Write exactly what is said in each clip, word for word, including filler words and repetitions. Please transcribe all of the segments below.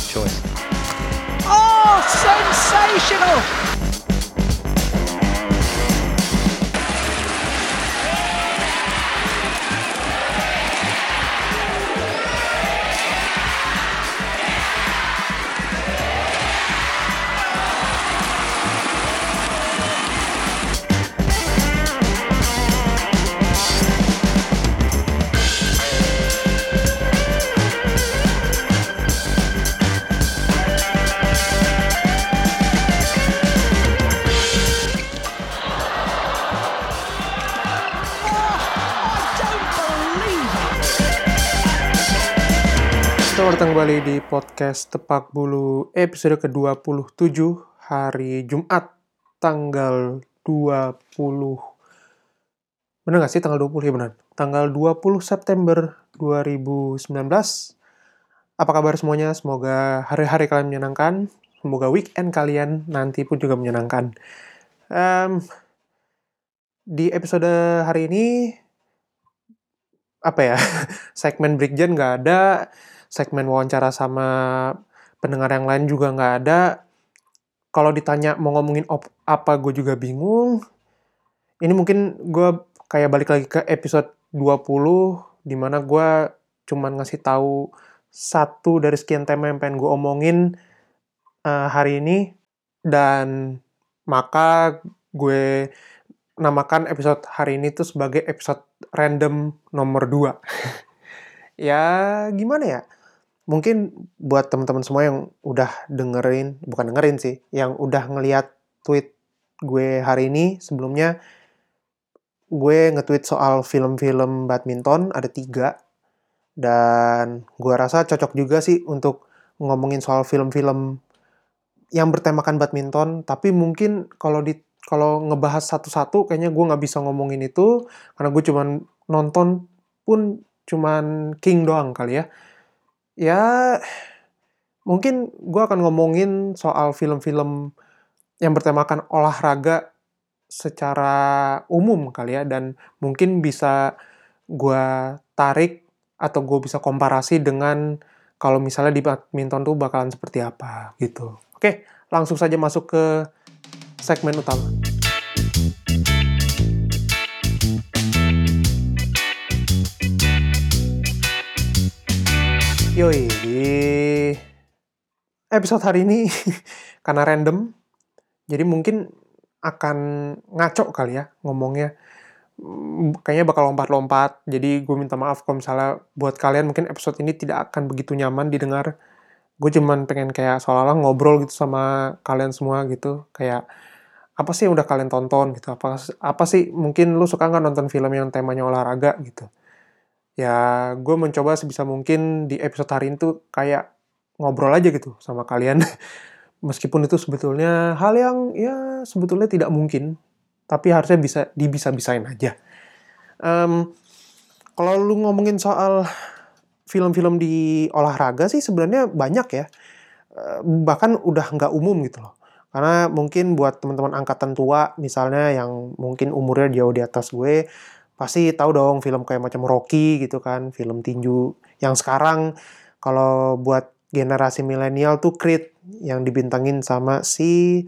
choice. Oh, sensational! Selamat datang kembali di podcast Tepak Bulu episode ke dua puluh tujuh hari Jumat tanggal dua puluh. Benar nggak sih tanggal dua puluh? Ya benar. Tanggal dua puluh September dua ribu sembilan belas. Apa kabar semuanya? Semoga hari-hari kalian menyenangkan. Semoga weekend kalian nanti pun juga menyenangkan. Um, di episode hari ini apa ya? Segmen breakdown nggak ada. Segmen wawancara sama pendengar yang lain juga nggak ada. Kalau ditanya mau ngomongin op- apa, gue juga bingung. Ini mungkin gue kayak balik lagi ke episode dua puluh, di mana gue cuman ngasih tahu satu dari sekian tema yang pengen gue omongin uh, hari ini. Dan maka gue namakan episode hari ini tuh sebagai episode random nomor dua. Ya gimana ya? Mungkin buat teman-teman semua yang udah dengerin, bukan dengerin sih, yang udah ngeliat tweet gue hari ini, sebelumnya gue nge-tweet soal film-film badminton, ada tiga, dan gue rasa cocok juga sih untuk ngomongin soal film-film yang bertemakan badminton, tapi mungkin kalau di kalau ngebahas satu-satu, kayaknya gue nggak bisa ngomongin itu, karena gue cuman nonton pun cuman King doang kali ya. Ya, mungkin gue akan ngomongin soal film-film yang bertemakan olahraga secara umum kali ya, dan mungkin bisa gue tarik atau gue bisa komparasi dengan kalau misalnya di badminton tuh bakalan seperti apa gitu. Oke, langsung saja masuk ke segmen utama. Yoi, di episode hari ini karena random, jadi mungkin akan ngaco kali ya ngomongnya. Kayaknya bakal lompat-lompat, jadi gue minta maaf kalau misalnya buat kalian mungkin episode ini tidak akan begitu nyaman didengar. Gue cuman pengen kayak seolah-olah ngobrol gitu sama kalian semua gitu, kayak apa sih yang udah kalian tonton gitu, apa apa sih mungkin lu suka nggak nonton film yang temanya olahraga gitu. Ya gue mencoba sebisa mungkin di episode hari ini tuh kayak ngobrol aja gitu sama kalian. Meskipun itu sebetulnya hal yang ya sebetulnya tidak mungkin, tapi harusnya bisa dibisa-bisain aja. Um, kalau lu ngomongin soal film-film di olahraga sih sebenarnya banyak ya. Uh, bahkan udah nggak umum gitu loh. Karena mungkin buat teman-teman angkatan tua misalnya yang mungkin umurnya jauh di atas gue, pasti tahu dong film kayak macam Rocky gitu kan, film tinju. Yang sekarang kalau buat generasi milenial tuh Creed yang dibintangin sama si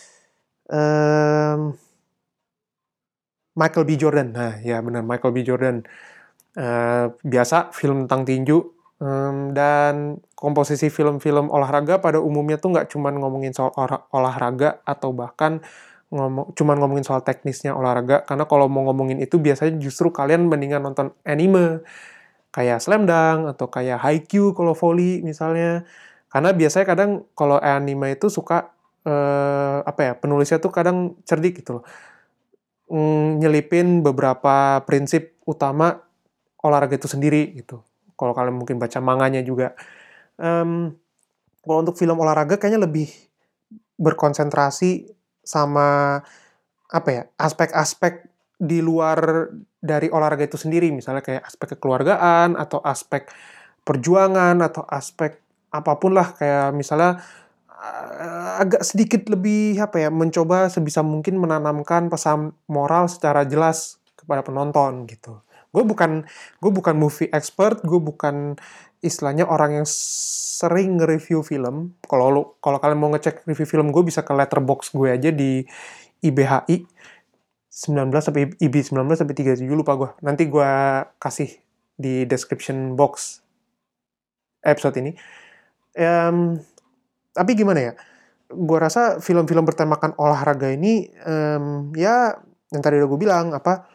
um, Michael B. Jordan. Nah, ya benar Michael B. Jordan. Uh, biasa film tentang tinju, um, dan komposisi film-film olahraga pada umumnya tuh nggak cuma ngomongin soal olah- olahraga atau bahkan ngomong cuma ngomongin soal teknisnya olahraga. Karena kalau mau ngomongin itu biasanya justru kalian mendingan nonton anime kayak Slam Dunk atau kayak Haikyuu kalau volley misalnya. Karena biasanya kadang kalau anime itu suka uh, apa ya, penulisnya tuh kadang cerdik gitu loh. Mm, nyelipin beberapa prinsip utama olahraga itu sendiri gitu. Kalau kalian mungkin baca manganya juga. Um, kalau untuk film olahraga kayaknya lebih berkonsentrasi sama apa ya, aspek-aspek di luar dari olahraga itu sendiri. Misalnya kayak aspek kekeluargaan atau aspek perjuangan atau aspek apapun lah, kayak misalnya uh, agak sedikit lebih apa ya, mencoba sebisa mungkin menanamkan pesan moral secara jelas kepada penonton gitu. Gue bukan gue bukan movie expert, gue bukan istilahnya orang yang sering nge-review film. Kalau lu kalau kalian mau ngecek review film gue bisa ke letterbox gue aja di I B H I sembilan belas sampai I B sembilan belas sampai tiga puluh tujuh lupa gue. Nanti gue kasih di description box episode ini. Um, tapi gimana ya? Gue rasa film-film bertemakan olahraga ini um, ya yang tadi udah gue bilang apa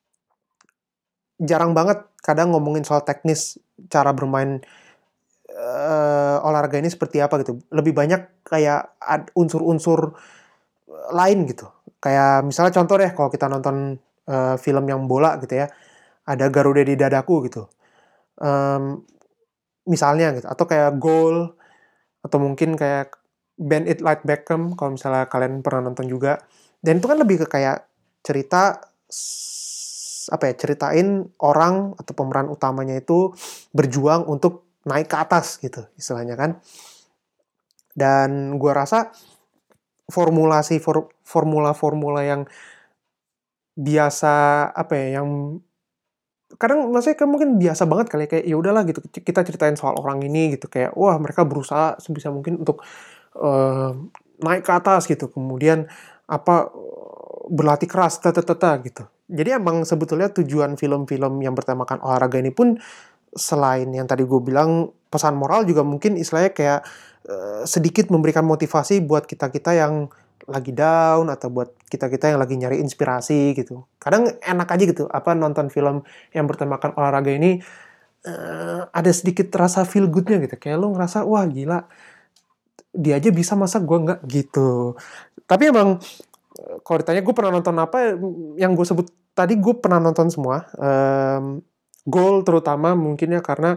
jarang banget kadang ngomongin soal teknis cara bermain uh, olahraga ini seperti apa gitu. Lebih banyak kayak ad, unsur-unsur lain gitu. Kayak misalnya contoh deh kalau kita nonton uh, film yang bola gitu ya, ada Garuda di dadaku gitu. Um, misalnya gitu atau kayak goal atau mungkin kayak Bend It Like Beckham kalau misalnya kalian pernah nonton juga. Dan itu kan lebih ke kayak cerita apa ya, ceritain orang atau pemeran utamanya itu berjuang untuk naik ke atas gitu istilahnya kan. Dan gue rasa formulasi for, formula-formula yang biasa apa ya, yang kadang maksudnya kan mungkin biasa banget kali ya, kayak ya udahlah gitu kita ceritain soal orang ini gitu kayak wah mereka berusaha sebisa mungkin untuk uh, naik ke atas gitu, kemudian apa berlatih keras tata-tata gitu. Jadi emang sebetulnya tujuan film-film yang bertemakan olahraga ini pun selain yang tadi gue bilang pesan moral juga mungkin istilahnya kayak uh, sedikit memberikan motivasi buat kita-kita yang lagi down atau buat kita-kita yang lagi nyari inspirasi gitu. Kadang enak aja gitu apa nonton film yang bertemakan olahraga ini uh, ada sedikit rasa feel good-nya gitu. Kayak lo ngerasa wah gila dia aja bisa masa gue nggak gitu. Tapi emang kalau ditanya gue pernah nonton apa yang gue sebut tadi gue pernah nonton semua. Um, Goal terutama mungkin ya karena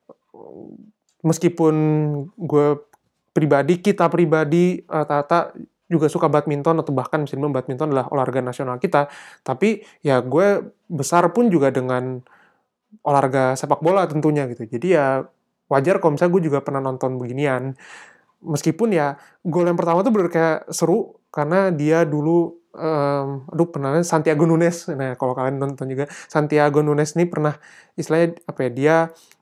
meskipun gue pribadi kita pribadi rata-rata juga suka badminton atau bahkan bisa dibilang badminton adalah olahraga nasional kita, tapi ya gue besar pun juga dengan olahraga sepak bola tentunya gitu. Jadi ya wajar kalau misalnya gue juga pernah nonton beginian. Meskipun ya gol yang pertama tuh bener kayak seru karena dia dulu um, aduh pernah Santiago Nunes. Nah, kalau kalian nonton juga Santiago Nunes ini pernah istilahnya apa ya, dia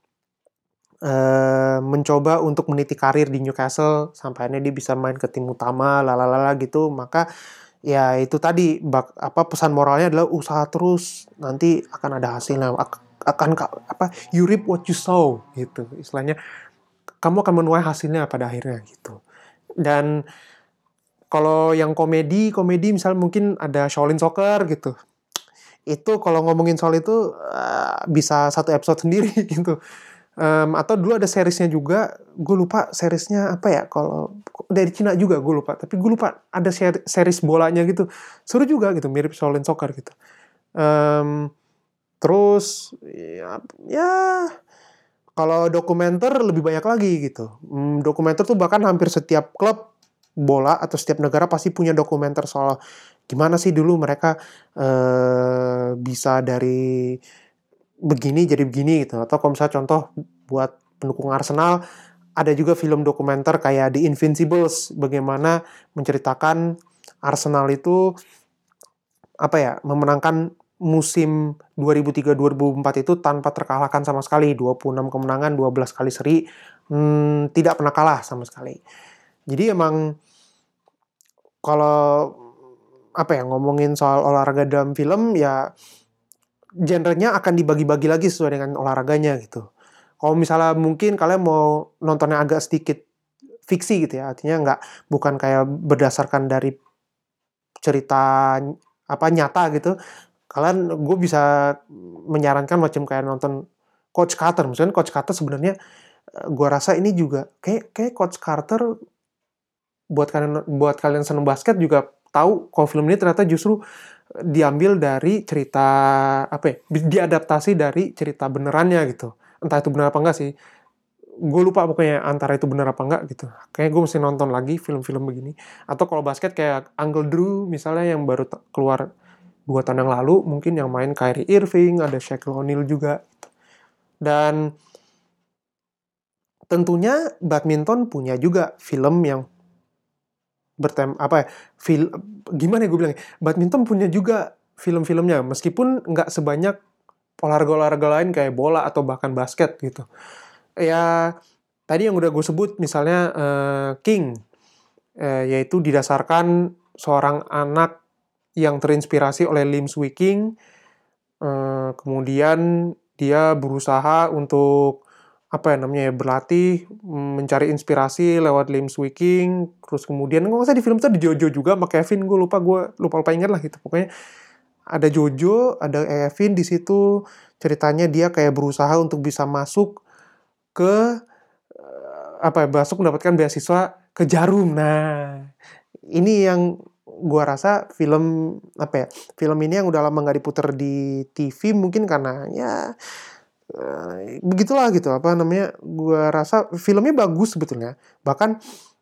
Uh, mencoba untuk meniti karir di Newcastle sampai akhirnya dia bisa main ke tim utama lalalala gitu. Maka ya itu tadi bak, apa pesan moralnya adalah usaha terus nanti akan ada hasilnya, akan apa you reap what you sow gitu istilahnya, kamu akan menuai hasilnya pada akhirnya gitu. Dan kalau yang komedi komedi misalnya mungkin ada Shaolin Soccer gitu, itu kalau ngomongin soal itu uh, bisa satu episode sendiri gitu. Um, atau dulu ada seriesnya juga, gue lupa seriesnya apa ya, kalau dari Cina juga gue lupa, tapi gue lupa ada ser- series bolanya gitu, seru juga gitu, mirip Shaolin Soccer gitu. Um, terus ya, ya kalau dokumenter lebih banyak lagi gitu. Hmm, dokumenter tuh bahkan hampir setiap klub bola atau setiap negara pasti punya dokumenter soal gimana sih dulu mereka uh, bisa dari begini jadi begini gitu. Atau kalau misalnya contoh buat pendukung Arsenal ada juga film dokumenter kayak The Invincibles, bagaimana menceritakan Arsenal itu apa ya, memenangkan musim dua ribu tiga dua ribu empat itu tanpa terkalahkan sama sekali, dua puluh enam kemenangan, dua belas kali seri, hmm, tidak pernah kalah sama sekali. Jadi emang kalau apa ya, ngomongin soal olahraga dalam film ya genrenya akan dibagi-bagi lagi sesuai dengan olahraganya gitu. Kalau misalnya mungkin kalian mau nontonnya agak sedikit fiksi gitu ya, artinya nggak bukan kayak berdasarkan dari cerita apa nyata gitu, kalian gue bisa menyarankan macam kayak nonton Coach Carter. Misalnya Coach Carter sebenarnya gue rasa ini juga kayak kayak Coach Carter buat kalian buat kalian seneng basket juga tahu kalau film ini ternyata justru diambil dari cerita apa ya, diadaptasi dari cerita benerannya gitu. Entah itu benar apa enggak sih, gue lupa pokoknya antara itu benar apa enggak gitu. Kayaknya gue mesti nonton lagi film-film begini. Atau kalau basket kayak Uncle Drew misalnya yang baru t- keluar dua tahun yang lalu, mungkin yang main Kyrie Irving, ada Shaquille O'Neal juga gitu. Dan tentunya badminton punya juga film yang bertem apa ya, film gimana ya gue bilang, badminton punya juga film-filmnya meskipun nggak sebanyak olahraga-olahraga lain kayak bola atau bahkan basket gitu. Ya tadi yang udah gue sebut misalnya uh, King, uh, yaitu didasarkan seorang anak yang terinspirasi oleh Lim Swee King, uh, kemudian dia berusaha untuk apa ya namanya ya, berlatih, mencari inspirasi lewat Lim Swee King, terus kemudian nggak usah di film itu ada Jojo juga sama Kevin, gue lupa gue lupa lupa ingat lah gitu, pokoknya ada Jojo, ada Kevin di situ, ceritanya dia kayak berusaha untuk bisa masuk ke apa ya, masuk mendapatkan beasiswa ke Jarum. Nah, ini yang gua rasa film apa ya, film ini yang udah lama nggak diputer di T V mungkin karena ya Uh, begitulah gitu apa namanya, gue rasa filmnya bagus sebetulnya, bahkan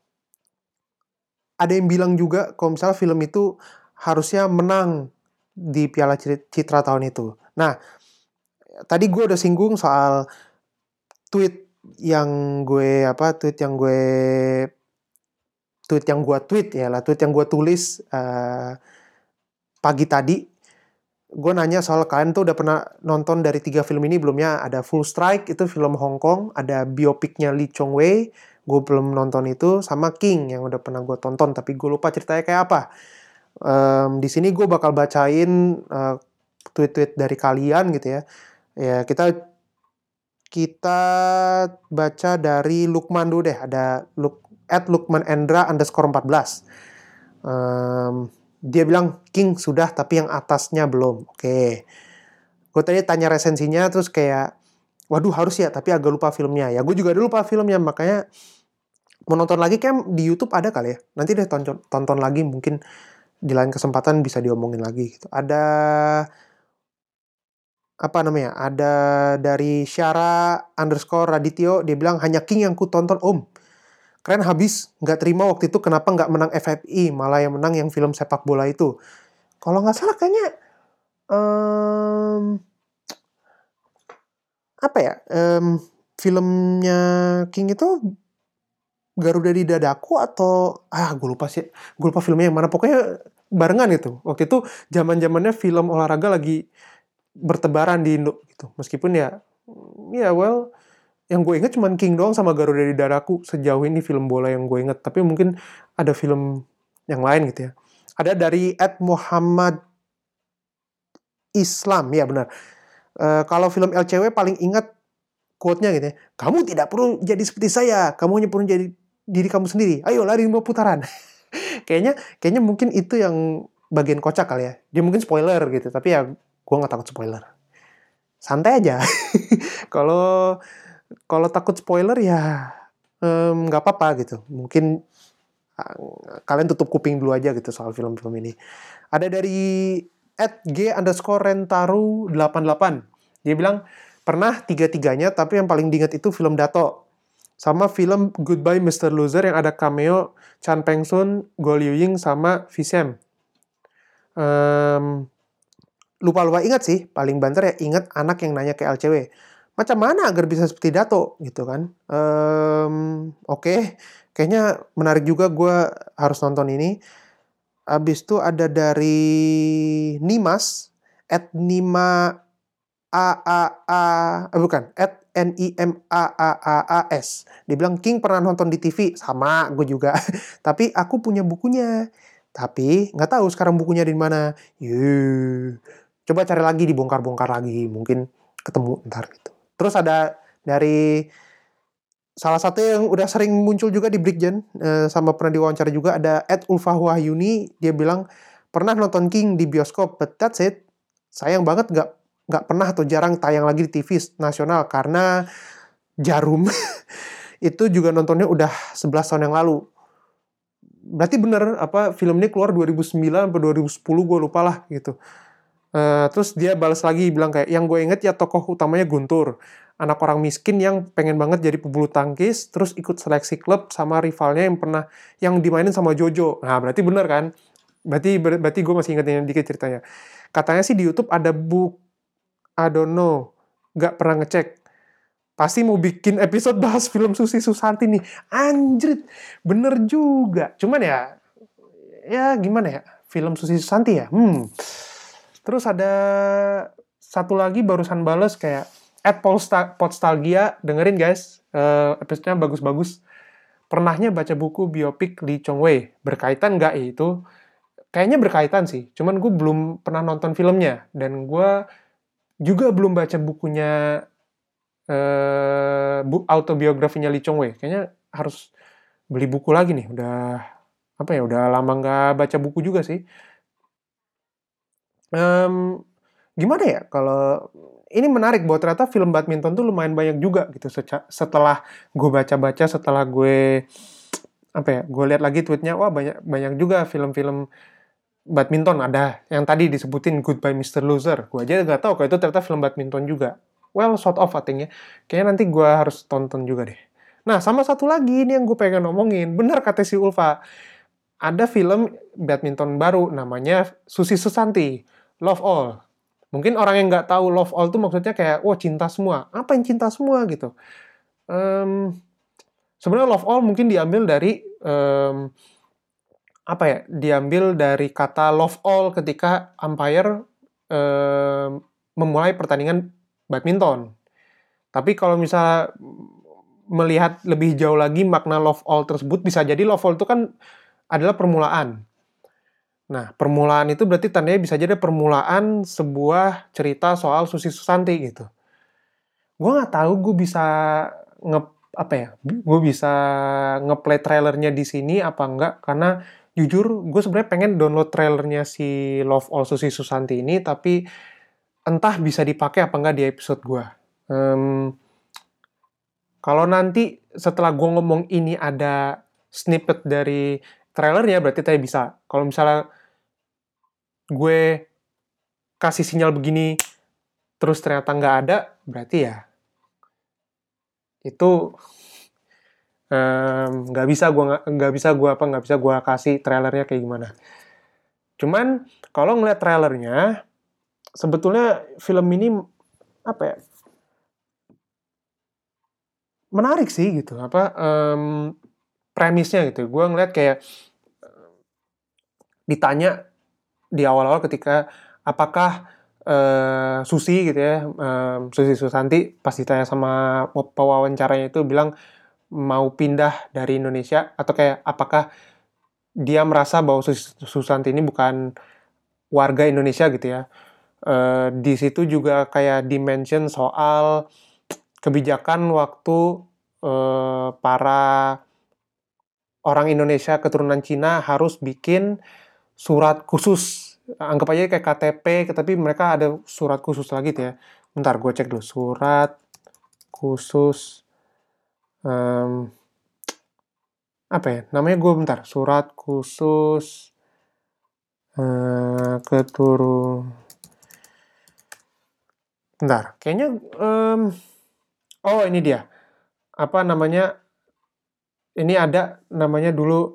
ada yang bilang juga kalau misalnya film itu harusnya menang di Piala Citra tahun itu. Nah tadi gue udah singgung soal tweet yang gue apa tweet yang gue tweet yang gue tweet ya lah tweet yang gue tulis uh, pagi tadi. Gue nanya soal kalian tuh udah pernah nonton dari tiga film ini belumnya? Ada Full Strike, itu film Hong Kong. Ada biopiknya Lee Chong Wei, gue belum nonton itu. Sama King, yang udah pernah gue tonton, tapi gue lupa ceritanya kayak apa. Um, di sini gue bakal bacain uh, tweet-tweet dari kalian gitu ya. Ya kita kita baca dari Lukman dulu deh. Ada Luk, at Lukman Endra underscore empat belas. Um, Dia bilang, King sudah tapi yang atasnya belum. Oke. Gue tadi tanya resensinya, terus kayak, waduh harus ya, tapi agak lupa filmnya. Ya gue juga dulu lupa filmnya, makanya mau nonton lagi kayak di YouTube ada kali ya. Nanti deh tonton, tonton lagi, mungkin di lain kesempatan bisa diomongin lagi gitu. Ada, apa namanya, ada dari Syara underscore Radityo, dia bilang, hanya King yang ku tonton om. Keren habis, nggak terima waktu itu kenapa nggak menang F F I, malah yang menang yang film sepak bola itu. Kalau nggak salah kayaknya, um, apa ya, um, filmnya King itu Garuda di Dadaku atau, ah gue lupa sih, gue lupa filmnya yang mana, pokoknya barengan gitu. Waktu itu zaman-zamannya film olahraga lagi bertebaran di Indo gitu. Meskipun ya, ya well, yang gue inget cuma King doang sama Garuda di Dadaku sejauh ini film bola yang gue inget. Tapi mungkin ada film yang lain gitu ya. Ada dari at Muhammad Islam, ya benar. Uh, kalau film L C W paling ingat quote-nya gitu ya. Kamu tidak perlu jadi seperti saya, kamu hanya perlu jadi diri kamu sendiri. Ayo lari lima putaran. kayaknya kayaknya mungkin itu yang bagian kocak kali ya. Dia mungkin spoiler gitu, tapi ya gue nggak takut spoiler. Santai aja. Kalau Kalau takut spoiler ya nggak um, apa-apa gitu. Mungkin uh, kalian tutup kuping dulu aja gitu soal film-film ini. Ada dari at g underscore rentaru delapan delapan. Dia bilang pernah tiga-tiganya, tapi yang paling diingat itu film Dato. Sama film Goodbye mister Loser yang ada cameo Chan Peng Sun, Go Liu Ying sama Visem. Um, lupa-lupa ingat sih. Paling banter ya ingat anak yang nanya ke L C W. Macam mana agar bisa seperti Dato gitu kan? Um, Oke, okay. Kayaknya menarik juga, gue harus nonton ini. Abis itu ada dari Nimas, at Nima A A A, eh, bukan, at N I M A A A A S. Dia bilang King pernah nonton di T V, sama gue juga. Tapi aku punya bukunya. Tapi nggak tahu sekarang bukunya di mana. Yuh, coba cari lagi, dibongkar-bongkar lagi, mungkin ketemu ntar gitu. Terus ada dari salah satu yang udah sering muncul juga di Brigjen, eh, sama pernah diwawancara juga, ada at Ulfa Wahyuni. Dia bilang pernah nonton King di bioskop, but that's it. Sayang banget nggak nggak pernah atau jarang tayang lagi di T V nasional karena Jarum itu juga nontonnya udah sebelas tahun yang lalu. Berarti bener apa film ini keluar dua ribu sembilan atau dua ribu sepuluh, gue lupa lah gitu. Uh, terus dia balas lagi bilang kayak, yang gue inget ya tokoh utamanya Guntur, anak orang miskin yang pengen banget jadi pebulu tangkis, terus ikut seleksi klub sama rivalnya yang pernah yang dimainin sama Jojo. Nah berarti bener kan? Berarti ber, berarti gue masih ingetin dikit ceritanya. Katanya sih di YouTube ada book, I don't know, gak pernah ngecek. Pasti mau bikin episode bahas film Susi Susanti nih. Anjrit, bener juga. Cuman ya, ya gimana ya, film Susi Susanti ya. Hmm. Terus ada satu lagi barusan bales kayak at Podstalgia, dengerin guys, uh, episode-nya bagus-bagus. Pernahnya baca buku biopik Lee Chong Wei, berkaitan nggak ya itu? Kayaknya berkaitan sih, cuman gue belum pernah nonton filmnya, dan gue juga belum baca bukunya, uh, bu autobiografinya Lee Chong Wei. Kayaknya harus beli buku lagi nih, udah apa ya, udah lama nggak baca buku juga sih. Um, gimana ya, kalau ini menarik bahwa ternyata film badminton tuh lumayan banyak juga gitu. Setelah gue baca-baca, setelah gue apa ya, gue lihat lagi tweetnya, wah banyak banyak juga film-film badminton. Ada yang tadi disebutin Goodbye mister Loser, gue aja nggak tahu kalau itu ternyata film badminton juga. Well, sort of I think ya. Kayaknya nanti gue harus tonton juga deh. Nah, sama satu lagi ini yang gue pengen ngomongin, benar kata si Ulfa, ada film badminton baru namanya Susi Susanti, Love All. Mungkin orang yang nggak tahu Love All itu maksudnya kayak, wah cinta semua. Apa yang cinta semua gitu? Um, sebenarnya Love All mungkin diambil dari um, apa ya? Diambil dari kata love all ketika umpire um, memulai pertandingan badminton. Tapi kalau misalnya melihat lebih jauh lagi makna love all tersebut, bisa jadi love all itu kan adalah permulaan. Nah, permulaan itu berarti tandanya bisa jadi permulaan sebuah cerita soal Susi Susanti gitu. Gue nggak tahu gue bisa nge apa ya, gue bisa ngeplay trailernya di sini apa enggak, karena jujur gue sebenarnya pengen download trailernya si Love All Susi Susanti ini, tapi entah bisa dipakai apa enggak di episode gue. Um, kalau nanti setelah gue ngomong ini ada snippet dari trailernya, berarti saya bisa. Kalau misalnya gue kasih sinyal begini terus ternyata nggak ada, berarti ya itu nggak um, bisa gue nggak bisa gue apa nggak bisa gue kasih trailernya kayak gimana. Cuman kalau ngeliat trailernya, sebetulnya film ini apa ya, menarik sih gitu, apa um, premisnya gitu. Gue ngeliat kayak ditanya di awal-awal ketika apakah uh, Susi gitu ya, um, Susi Susanti pas ditanya sama pewawancaranya itu bilang mau pindah dari Indonesia, atau kayak apakah dia merasa bahwa Susi Susanti ini bukan warga Indonesia gitu ya. Uh, di situ juga kayak dimention soal kebijakan waktu uh, para orang Indonesia keturunan Cina harus bikin surat khusus, anggap aja kayak K T P, tapi mereka ada surat khusus lagi tuh ya. Bentar, gue cek dulu. Surat khusus, um, apa ya namanya, gue bentar. Surat khusus uh, keturun. Bentar, kayaknya, um, oh ini dia. Apa namanya, ini ada namanya dulu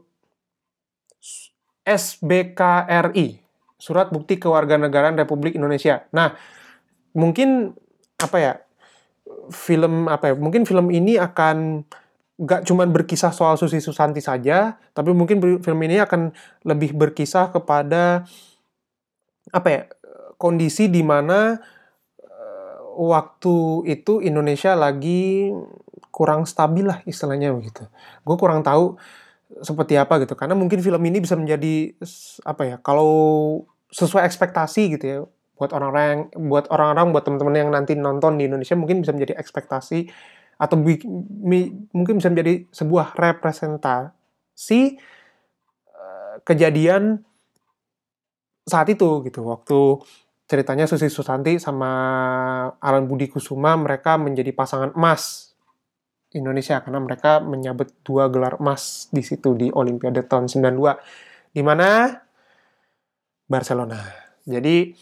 S B K R I, Surat Bukti Kewarganegaraan Republik Indonesia. Nah, mungkin apa ya, film apa ya, mungkin film ini akan gak cuma berkisah soal Susi Susanti saja, tapi mungkin film ini akan lebih berkisah kepada apa ya, kondisi di mana uh, waktu itu Indonesia lagi kurang stabil lah istilahnya begitu. Gue kurang tahu seperti apa gitu, karena mungkin film ini bisa menjadi apa ya, kalau sesuai ekspektasi gitu ya, buat orang-orang buat orang-orang buat teman-teman yang nanti nonton di Indonesia, mungkin bisa menjadi ekspektasi atau bi- mi- mungkin bisa menjadi sebuah representasi uh, kejadian saat itu gitu, waktu ceritanya Susi Susanti sama Alan Budi Kusuma mereka menjadi pasangan emas Indonesia, karena mereka menyabet dua gelar emas di situ di Olimpiade tahun sembilan puluh dua, di mana Barcelona. Jadi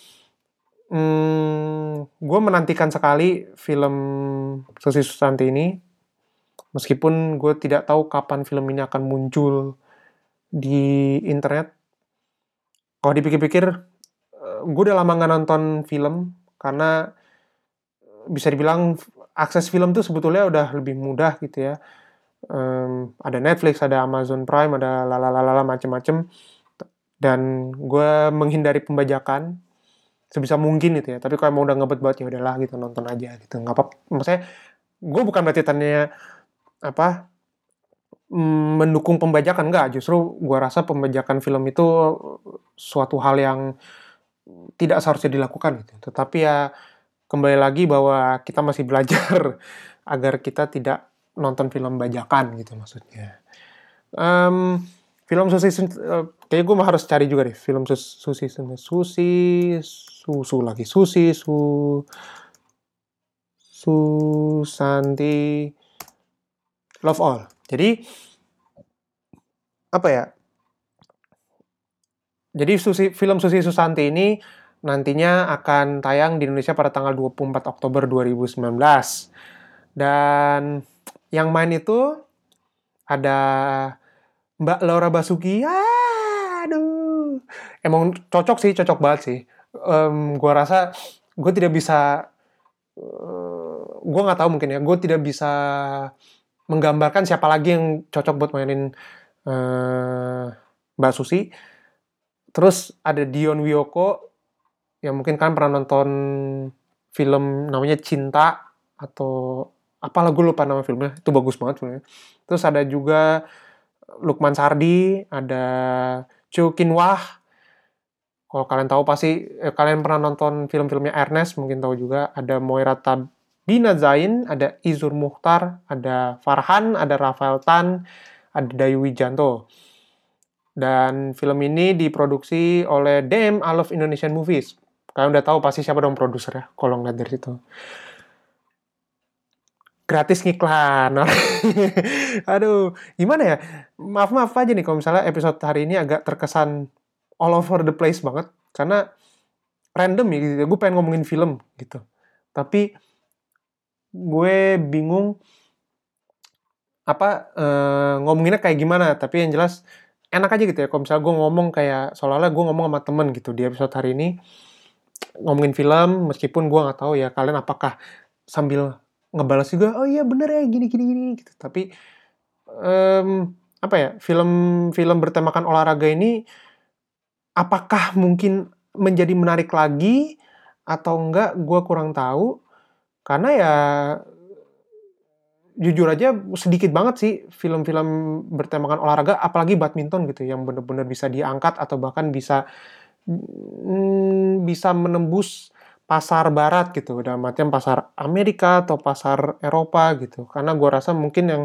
hmm, gue menantikan sekali film Susi Susanti ini, meskipun gue tidak tahu kapan film ini akan muncul di internet. Kalau dipikir-pikir, gue udah lama nggak nonton film, karena bisa dibilang akses film tuh sebetulnya udah lebih mudah gitu ya. Um, ada Netflix, ada Amazon Prime, ada lalalala macem-macem. Dan gue menghindari pembajakan. sebisa mungkin gitu ya. Tapi kalau emang udah ngebet banget ya udahlah gitu, nonton aja gitu. Nggak apa, maksudnya gue bukan berarti tanya apa mm, mendukung pembajakan, enggak. Justru gue rasa pembajakan film itu suatu hal yang tidak seharusnya dilakukan gitu. Tetapi ya kembali lagi bahwa kita masih belajar agar kita tidak nonton film bajakan gitu maksudnya. Um, film Susi, uh, kayaknya gue harus cari juga deh film sus, Susi, Susi, Susu lagi, Susi, Su, Susanti, Love All. Jadi apa ya? Jadi Susi, film Susi Susanti ini nantinya akan tayang di Indonesia pada tanggal dua puluh empat Oktober dua ribu sembilan belas. Dan yang main itu ada Mbak Laura Basuki. Aduh. Emang cocok sih, cocok banget sih. Um, gua rasa gue tidak bisa uh, gue nggak tahu mungkin ya, gue tidak bisa menggambarkan siapa lagi yang cocok buat mainin uh, Mbak Susi. Terus ada Dion Wiyoko, yang mungkin kan pernah nonton film namanya Cinta, atau apalah gue lupa nama filmnya, itu bagus banget filmnya. Terus ada juga Lukman Sardi, ada Cho Kin Wah. Kalau kalian tahu pasti, eh, kalian pernah nonton film-filmnya Ernest, mungkin tahu juga. Ada Moira Tabina Zain, ada Izur Mukhtar, ada Farhan, ada Rafael Tan, ada Dayu Wijanto. Dan film ini diproduksi oleh D M I Love Indonesian Movies. Kalian udah tahu pasti siapa dong produser ya, kalau ngeliat dari situ. Gratis ngiklan. Aduh, gimana ya? Maaf-maaf aja nih kalau misalnya episode hari ini agak terkesan all over the place banget. Karena random ya gitu. Gue pengen ngomongin film gitu. Tapi gue bingung apa eh, ngomonginnya kayak gimana. Tapi yang jelas enak aja gitu ya. Kalau misalnya gue ngomong kayak seolah-olah gue ngomong sama temen gitu di episode hari ini. Ngomongin film, meskipun gue nggak tahu ya kalian apakah sambil ngebalas juga, oh iya bener ya gini gini gini gitu. Tapi um, apa ya, film-film bertemakan olahraga ini apakah mungkin menjadi menarik lagi atau enggak, gue kurang tahu. Karena ya jujur aja sedikit banget sih film-film bertemakan olahraga, apalagi badminton gitu, yang bener-bener bisa diangkat atau bahkan bisa hmm, bisa menembus pasar barat gitu, dalam artian pasar Amerika atau pasar Eropa gitu. Karena gue rasa mungkin yang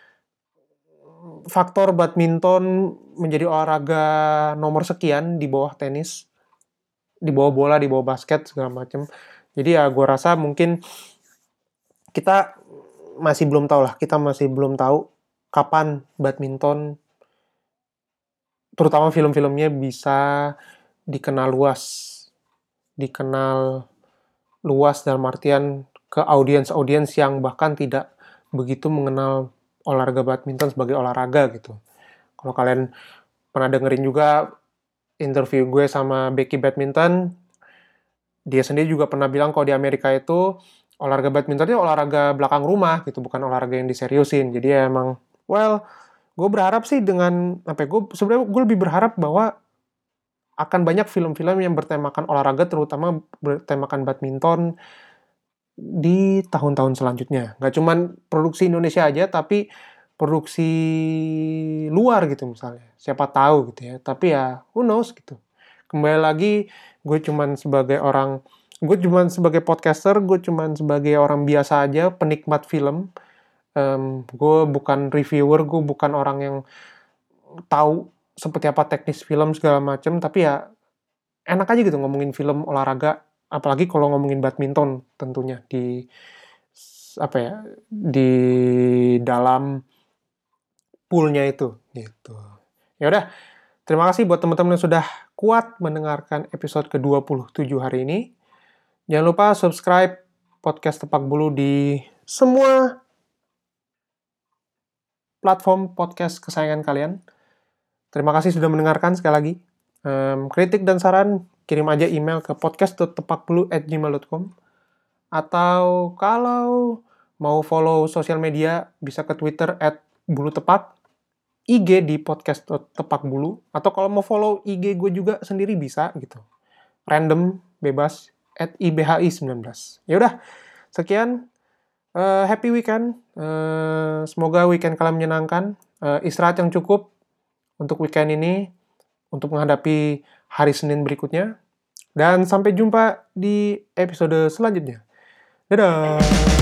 faktor badminton menjadi olahraga nomor sekian di bawah tenis, di bawah bola, di bawah basket segala macam. Jadi ya gue rasa mungkin kita masih belum tahu lah, kita masih belum tahu kapan badminton, terutama film-filmnya bisa dikenal luas, dikenal luas dalam artian ke audiens-audiens yang bahkan tidak begitu mengenal olahraga badminton sebagai olahraga gitu. Kalau kalian pernah dengerin juga interview gue sama Becky Badminton, dia sendiri juga pernah bilang kalau di Amerika itu olahraga badminton itu olahraga belakang rumah gitu, bukan olahraga yang diseriusin. Jadi ya emang, well, gue berharap sih dengan apa ya, gue sebenarnya gue lebih berharap bahwa akan banyak film-film yang bertemakan olahraga, terutama bertemakan badminton di tahun-tahun selanjutnya. Gak cuman produksi Indonesia aja, tapi produksi luar gitu misalnya. Siapa tahu gitu ya. Tapi ya, who knows gitu. Kembali lagi, gue cuman sebagai orang, gue cuman sebagai podcaster, gue cuman sebagai orang biasa aja, penikmat film. Um, gue bukan reviewer, gue bukan orang yang tahu seperti apa teknis film segala macam, tapi ya enak aja gitu ngomongin film olahraga, apalagi kalau ngomongin badminton tentunya di apa ya, di dalam poolnya itu gitu. Ya udah, terima kasih buat teman-teman yang sudah kuat mendengarkan episode ke dua puluh tujuh hari ini. Jangan lupa subscribe podcast Tepak Bulu di semua platform podcast kesayangan kalian. Terima kasih sudah mendengarkan sekali lagi. Um, kritik dan saran kirim aja email ke podcast dot tepakbulu at gmail dot com, atau kalau mau follow sosial media bisa ke Twitter at bulutepak, I G di podcast dot tepakbulu, atau kalau mau follow I G gue juga sendiri bisa gitu. random, bebas, at I B H I sembilan belas. Ya udah, sekian. Uh, happy weekend. Uh, semoga weekend kalian menyenangkan. Uh, istirahat yang cukup untuk weekend ini, untuk menghadapi hari Senin berikutnya. Dan sampai jumpa di episode selanjutnya. Dadah!